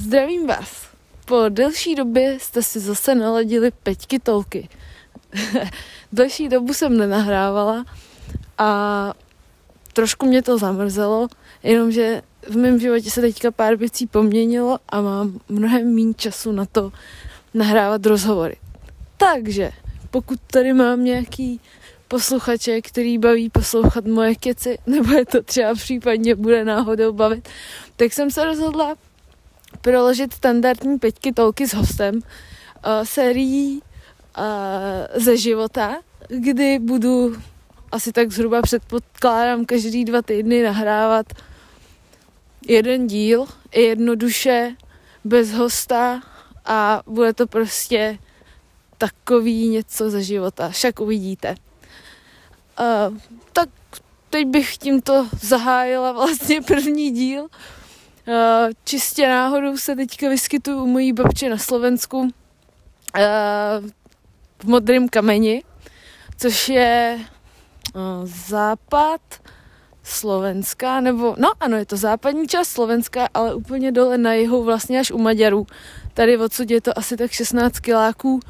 Zdravím vás. Po delší době jste si zase naladili Peťky Tolky. Delší dobu jsem nenahrávala a trošku mě to zamrzelo, jenomže v mém životě se teďka pár věcí poměnilo a mám mnohem méně času na to nahrávat rozhovory. Takže pokud tady mám nějaký posluchače, který baví poslouchat moje keci, nebo je to třeba případně bude náhodou bavit, tak jsem se rozhodla proložit standardní Peťky Tolky s hostem sérií ze života, kdy budu asi tak zhruba předpokládám každý 2 týdny nahrávat jeden díl, jednoduše, bez hosta a bude to prostě takový něco ze života, však uvidíte. Tak teď bych tímto zahájila vlastně první díl. Čistě náhodou se teďka vyskytuju u mojí babči na Slovensku v Modrém kameni, což je západ Slovenska, nebo no ano, je to západní část Slovenska, ale úplně dole na jihu, vlastně až u Maďarů. Tady odsud je to asi tak 16 kiláků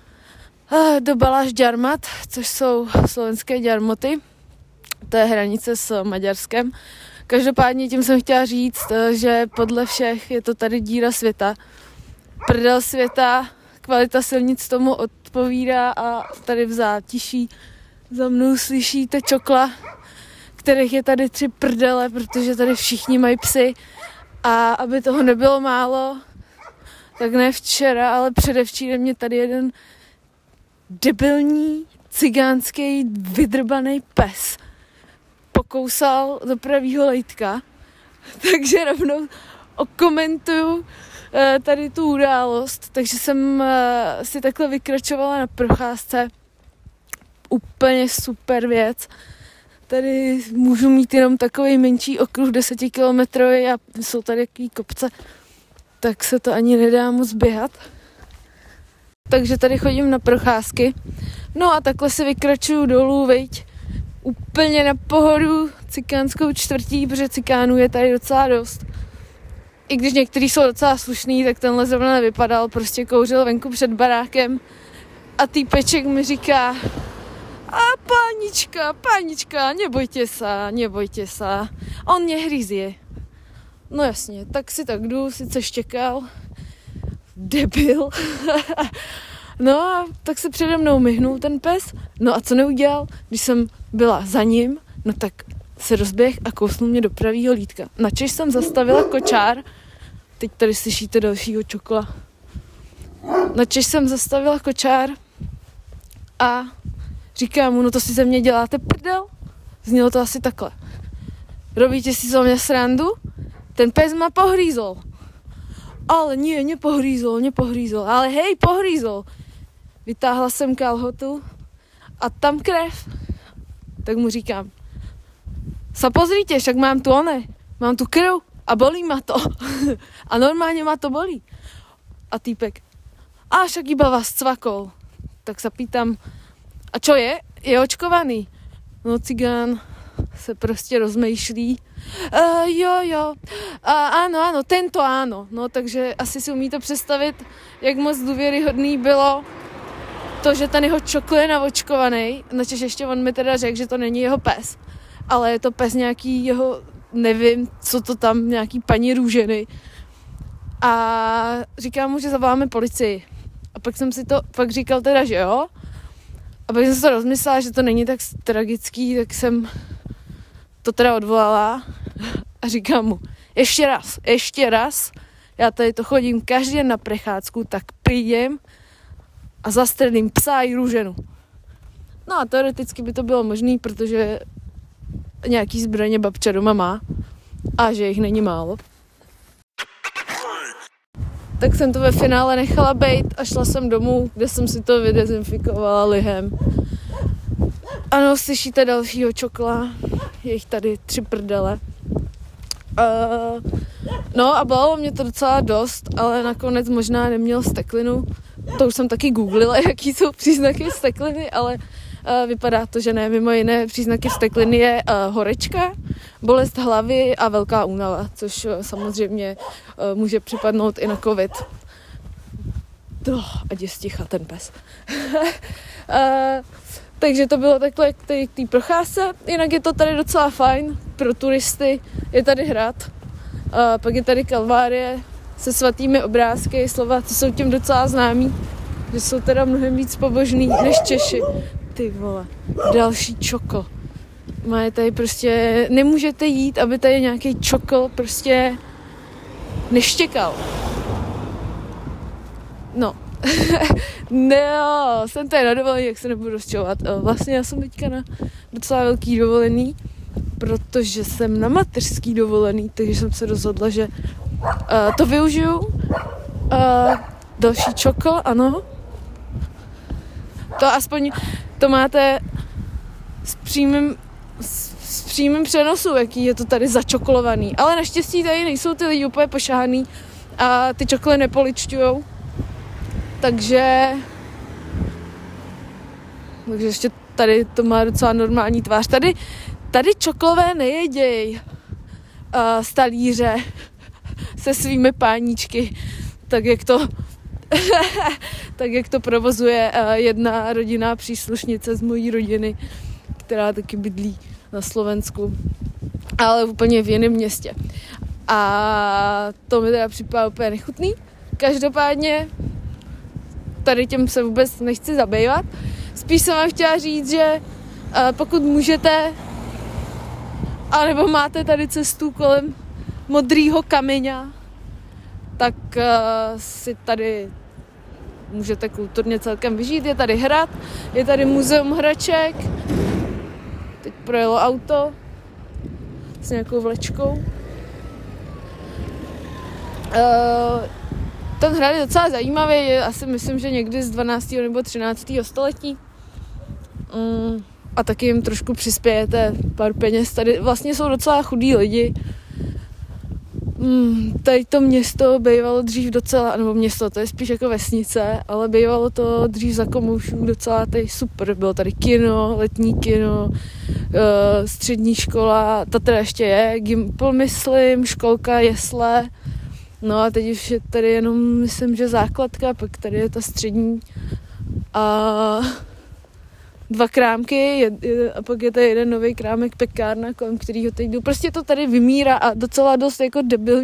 do Baláž Gyarmat, což jsou slovenské Gyarmoty. To je hranice s Maďarskem. Každopádně tím jsem chtěla říct, že podle všech je to tady díra světa. Prdel světa, kvalita silnic tomu odpovídá a tady v zátiší za mnou slyšíte čokla, kterých je tady 3 prdele, protože tady všichni mají psy. A aby toho nebylo málo, tak ne včera, ale předevčírem mě tady jeden debilní, cigánský, vydrbaný pes pokousal do pravýho lejtka, takže rovnou okomentuju tady tu událost, takže jsem si takhle vykračovala na procházce. Úplně super věc. Tady můžu mít jenom takový menší okruh 10 kilometrový a jsou tady jaký kopce, tak se to ani nedá moc běhat. Takže tady chodím na procházky. No a takhle si vykračuju dolů, viď. Úplně na pohodu cikánskou čtvrtí, protože cikánů je tady docela dost. I když někteří jsou docela slušný, tak tenhle zrovna nevypadal, prostě kouřil venku před barákem a týpeček mi říká: a pánička, nebojte sa, on nehryzie. No jasně, tak si tak jdu, sice štěkal, debil. No a tak se přede mnou myhnul ten pes. No a co neudělal, když jsem byla za ním, no tak se rozběh a kousnul mě do pravýho lítka. Načež jsem zastavila kočár, teď tady slyšíte dalšího čokla. Načež jsem zastavila kočár a říkám mu: no to si ze mě děláte prdel? Znělo to asi takhle: robíte si zo mě srandu? Ten pes ma pohrízol. Ale nie, nepohrízol. Ale hej, pohrízol. Vytáhla jsem kalhotu a tam krev. Tak mu říkám: sa pozrite, však mám tu krv a bolí ma to. A normálně ma to bolí. A týpek: a však iba vás cvakol. Tak sa pýtam: a čo je? Je očkovaný? No cigán se prostě rozmýšlí. Jo. Áno, tento áno. No takže asi si umíte představit, jak moc důvěryhodný bylo to, že ten jeho čokl je naočkovaný. Načež ještě on mi teda řekl, že to není jeho pes, ale je to pes nějaký jeho, nevím, co to tam, nějaký paní Růženy. A říkám mu, že zavoláme policii. A pak jsem si to fakt říkal teda, že jo. A pak jsem se to rozmyslela, že to není tak tragický, tak jsem to teda odvolala a říkám mu: ještě raz, já tady to chodím každý den na prechádzku, tak přijdem a zastřelím psa i Růženu. No a teoreticky by to bylo možný, protože nějaký zbraně babča doma má a že jich není málo. Tak jsem to ve finále nechala bejt a šla jsem domů, kde jsem si to vydezinfikovala lihem. Ano, slyšíte dalšího čokla, je jich tady 3 prdele. No a bolelo mě to docela dost, ale nakonec možná neměl steklinu. To už jsem taky googlila, jaký jsou příznaky stekliny, ale vypadá to, že ne. Mimo jiné příznaky stekliny je horečka, bolest hlavy a velká únava, což samozřejmě může připadnout i na covid. Ať je sticha ten pes. Takže to bylo takhle k té procházce. Jinak je to tady docela fajn pro turisty. Je tady hrad. Pak je tady Kalvárie se svatými obrázky. Slováci jsou tím docela známí, že jsou teda mnohem víc pobožný než Češi. Ty vole, další čokl. Máte tady prostě, nemůžete jít, aby tady nějaký čokl prostě neštěkal. No. No, jsem tady na dovolení, jak se nebudu rozčilovat. Vlastně já jsem teďka na docela velký dovolený, protože jsem na mateřský dovolený, takže jsem se rozhodla, že to využiju. Další čokl, ano. To aspoň to máte s přímým přenosu, jaký je to tady začokolovaný. Ale naštěstí tady nejsou ty lidi úplně pošahaný a ty čokole nepoličťujou. Takže ještě tady to má docela normální tvář. Tady čokolové nejeděj z talíře se svými páníčky, tak jak to provozuje jedna rodinná příslušnice z mojí rodiny, která taky bydlí na Slovensku, ale úplně v jiném městě. A to mi teda připadá úplně nechutný. Každopádně tady těm se vůbec nechci zabývat. Spíš jsem vám chtěla říct, že pokud můžete, anebo máte tady cestu kolem Modrýho kameňa, tak si tady můžete kulturně celkem vyžít. Je tady hrad, je tady muzeum hraček. Teď projelo auto s nějakou vlečkou. Ten hrad je docela zajímavý, je asi myslím, že někdy z 12. nebo 13. století. A taky jim trošku přispějete pár peněz. Tady vlastně jsou docela chudí lidi. Tady to město bývalo dřív docela, nebo město, to je spíš jako vesnice, ale bývalo to dřív za komoušů docela tady super. Bylo tady kino, letní kino, střední škola, ta teda ještě je, Gimpl myslím, školka, jesle. No a teď už je tady jenom, myslím, že základka, pak tady je ta střední a 2 krámky a pak je tady jeden nový krámek, pekárna, kolem kterýho teď jdu. Prostě to tady vymírá a docela dost jako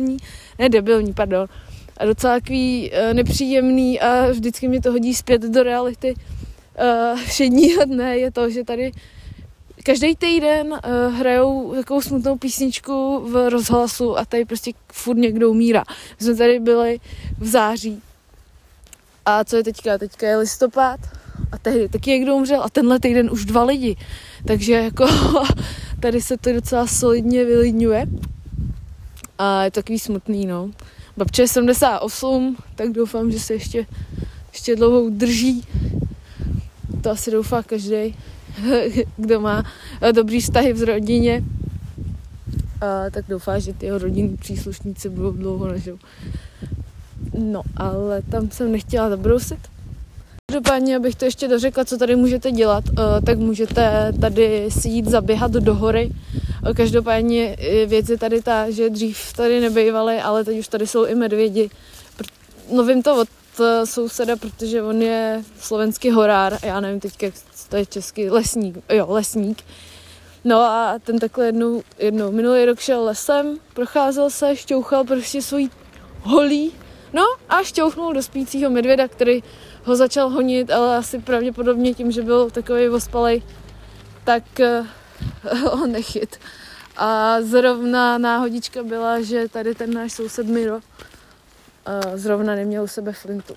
a docela takový nepříjemný a vždycky mě to hodí zpět do reality všedního dne je to, že tady každý týden hrajou takovou smutnou písničku v rozhlasu a tady prostě furt někdo umírá. My jsme tady byli v září. A co je teďka? Teďka je listopad a tehdy taky někdo umřel a tenhle týden už 2 lidi. Takže jako tady se to docela solidně vylidňuje. A je to takový smutný, no. Babče je 78, tak doufám, že se ještě dlouho udrží. To asi doufá každý, kdo má dobrý vztahy v rodině, tak doufá, že ty jeho rodinní příslušníci budou dlouho nažil. No, ale tam jsem nechtěla zabrousit. Každopádně, abych to ještě dořekla, co tady můžete dělat, tak můžete tady si jít zaběhat do hory. Každopádně věc je tady ta, že dřív tady nebejvaly, ale teď už tady jsou i medvědi. No vím to od souseda, protože on je slovenský horár, já nevím teď, jak to je český, lesník. No a ten takhle jednou minulý rok šel lesem, procházel se, šťouchal prostě svojí holí, no a šťouchnul do spícího medvěda, který ho začal honit, ale asi pravděpodobně tím, že byl takový ospalej, tak ho nechyt. A zrovna náhodička byla, že tady ten náš soused Miro zrovna neměl u sebe flintu,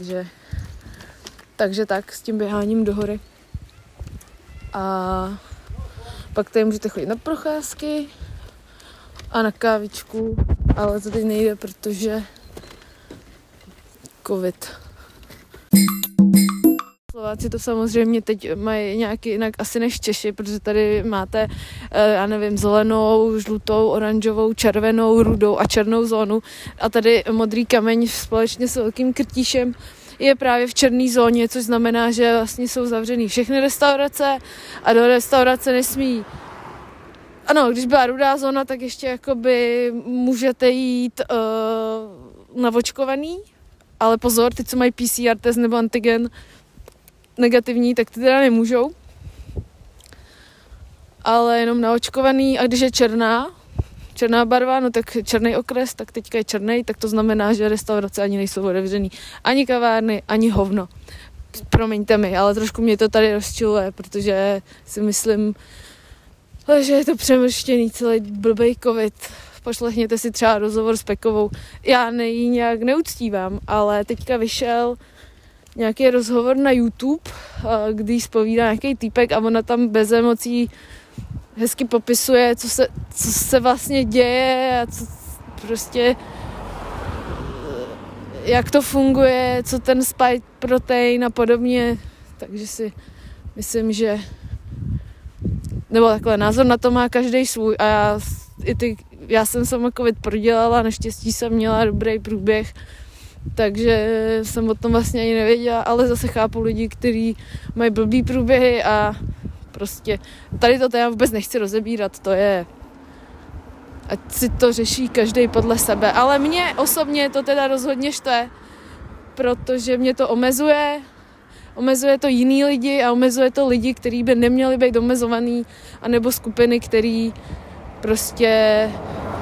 takže tak s tím běháním do hory. A pak tady můžete chodit na procházky a na kávičku, ale to teď nejde, protože covid. Slováci to samozřejmě teď mají nějak jinak asi než Češi, protože tady máte, já nevím, zelenou, žlutou, oranžovou, červenou, rudou a černou zónu. A tady Modrý kameň společně s Velkým Krtíšem je právě v černé zóně, což znamená, že vlastně jsou zavřený všechny restaurace a do restaurace nesmí ano, když byla rudá zóna, tak ještě jakoby můžete jít navočkovaný, ale pozor, ty, co mají PCR test nebo antigen negativní, tak ty teda nemůžou. Ale jenom naočkovaný, a když je černá barva, no tak černý okres, tak teďka je černý, tak to znamená, že restaurace ani nejsou otevřený, ani kavárny, ani hovno. Promiňte mi, ale trošku mě to tady rozčiluje, protože si myslím, že je to přemrštěný celý blbej covid. Poslechněte si třeba rozhovor s Pekovou. Já ji nějak neuctívám, ale teďka vyšel nějaký rozhovor na YouTube, kdy jí zpovídá nějaký týpek a ona tam bez emocí hezky popisuje, co se vlastně děje a co prostě jak to funguje, co ten spike protein a podobně. Takže si myslím, že nebo takhle, názor na to má každý svůj a já jsem sama covid prodělala, naštěstí jsem měla dobrý průběh, takže jsem o tom vlastně ani nevěděla, ale zase chápu lidi, kteří mají blbý průběhy a prostě tady to téma vůbec nechci rozebírat, to je, ať si to řeší každý podle sebe, ale mě osobně to teda rozhodně štve, protože mě to omezuje to jiný lidi a omezuje to lidi, kteří by neměli být omezovaný, anebo skupiny, který prostě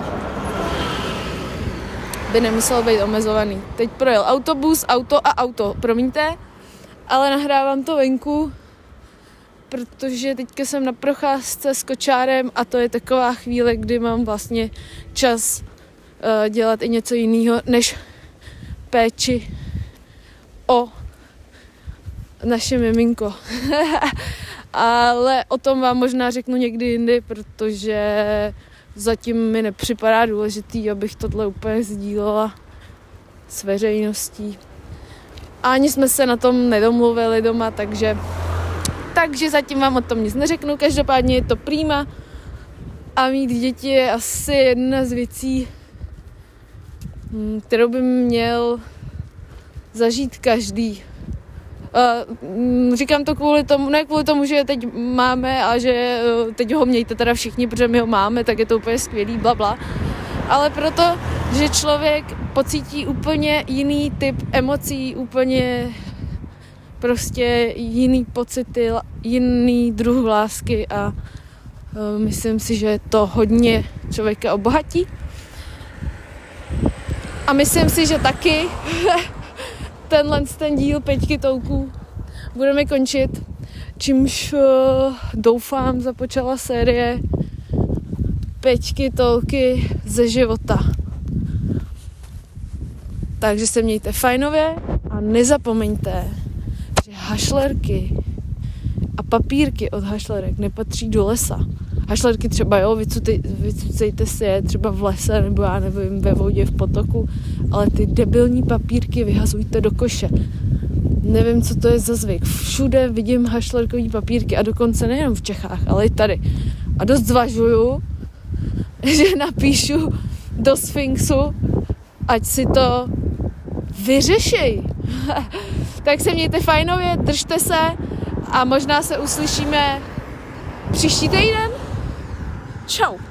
by nemusel být omezovaný. Teď projel autobus, auto, promiňte, ale nahrávám to venku, protože teďka jsem na procházce s kočárem a to je taková chvíle, kdy mám vlastně čas dělat i něco jiného, než péči o naše miminko. Ale o tom vám možná řeknu někdy jindy, protože zatím mi nepřipadá důležitý, abych tohle úplně sdílela s veřejností. A ani jsme se na tom nedomluvili doma, takže zatím vám o tom nic neřeknu. Každopádně je to prima a mít děti je asi jedna z věcí, kterou by měl zažít každý. Říkám to ne kvůli tomu, že teď máme a že teď ho mějte teda všichni, protože my ho máme, tak je to úplně skvělý, blabla. Ale proto, že člověk pocítí úplně jiný typ emocí, úplně prostě jiný pocity, jiný druh lásky a myslím si, že to hodně člověka obohatí. A myslím si, že taky ten díl Peťky Touků budeme končit, čímž doufám započala série Peťky Touky ze života. Takže se mějte fajnově a nezapomeňte, že hašlerky a papírky od hašlerek nepatří do lesa. Hašlerky třeba vycucejte si je třeba v lese nebo já nevím, ve vodě, v potoku, ale ty debilní papírky vyhazujte do koše. Nevím, co to je za zvyk. Všude vidím hašlerkový papírky a dokonce nejenom v Čechách, ale i tady. A dost zvažuju, že napíšu do Sfinxu, ať si to vyřešej. Tak se mějte fajnově, držte se a možná se uslyšíme příští týden. Čau.